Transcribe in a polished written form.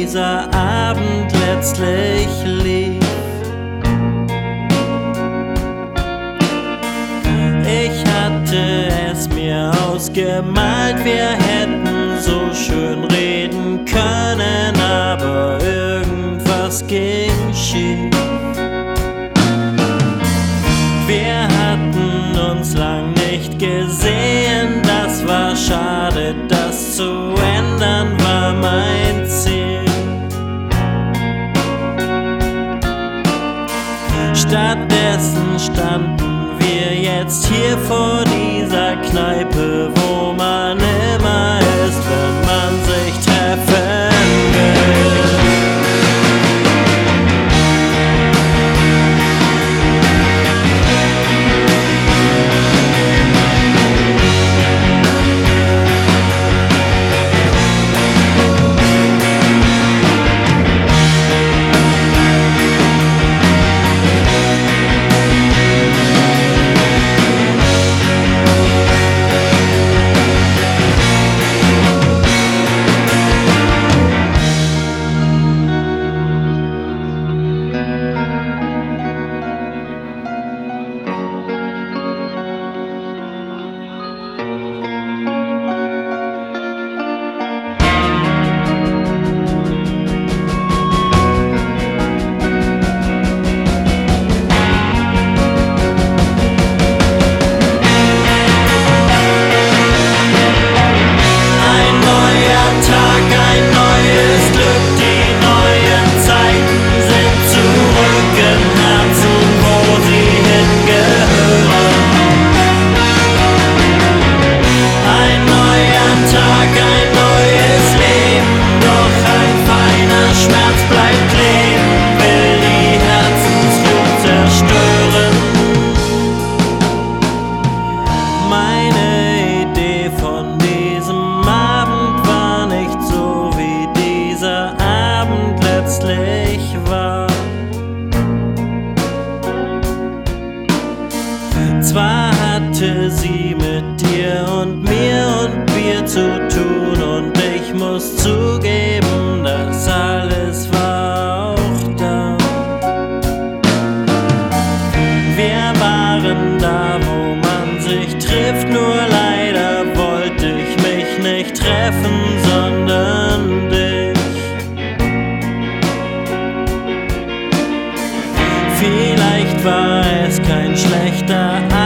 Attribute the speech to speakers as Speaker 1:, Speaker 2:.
Speaker 1: dieser Abend letztlich lief. Ich hatte es mir ausgemalt, wir hätten so schön reden können, aber irgendwas ging schief. Wir hatten uns lang nicht gesehen, das war schade, das zu ändern war mein Ziel. Stattdessen standen wir jetzt hier vor dieser Kneipe, wo man immer ist, wenn man sich treffen will. Zwar hatte sie mit dir und mir und Bier zu tun, und ich muss zugeben, das alles war auch da. Wir waren da, wo man sich trifft, nur leider wollte ich mich nicht treffen, sondern dich. Vielleicht war es kein schlechter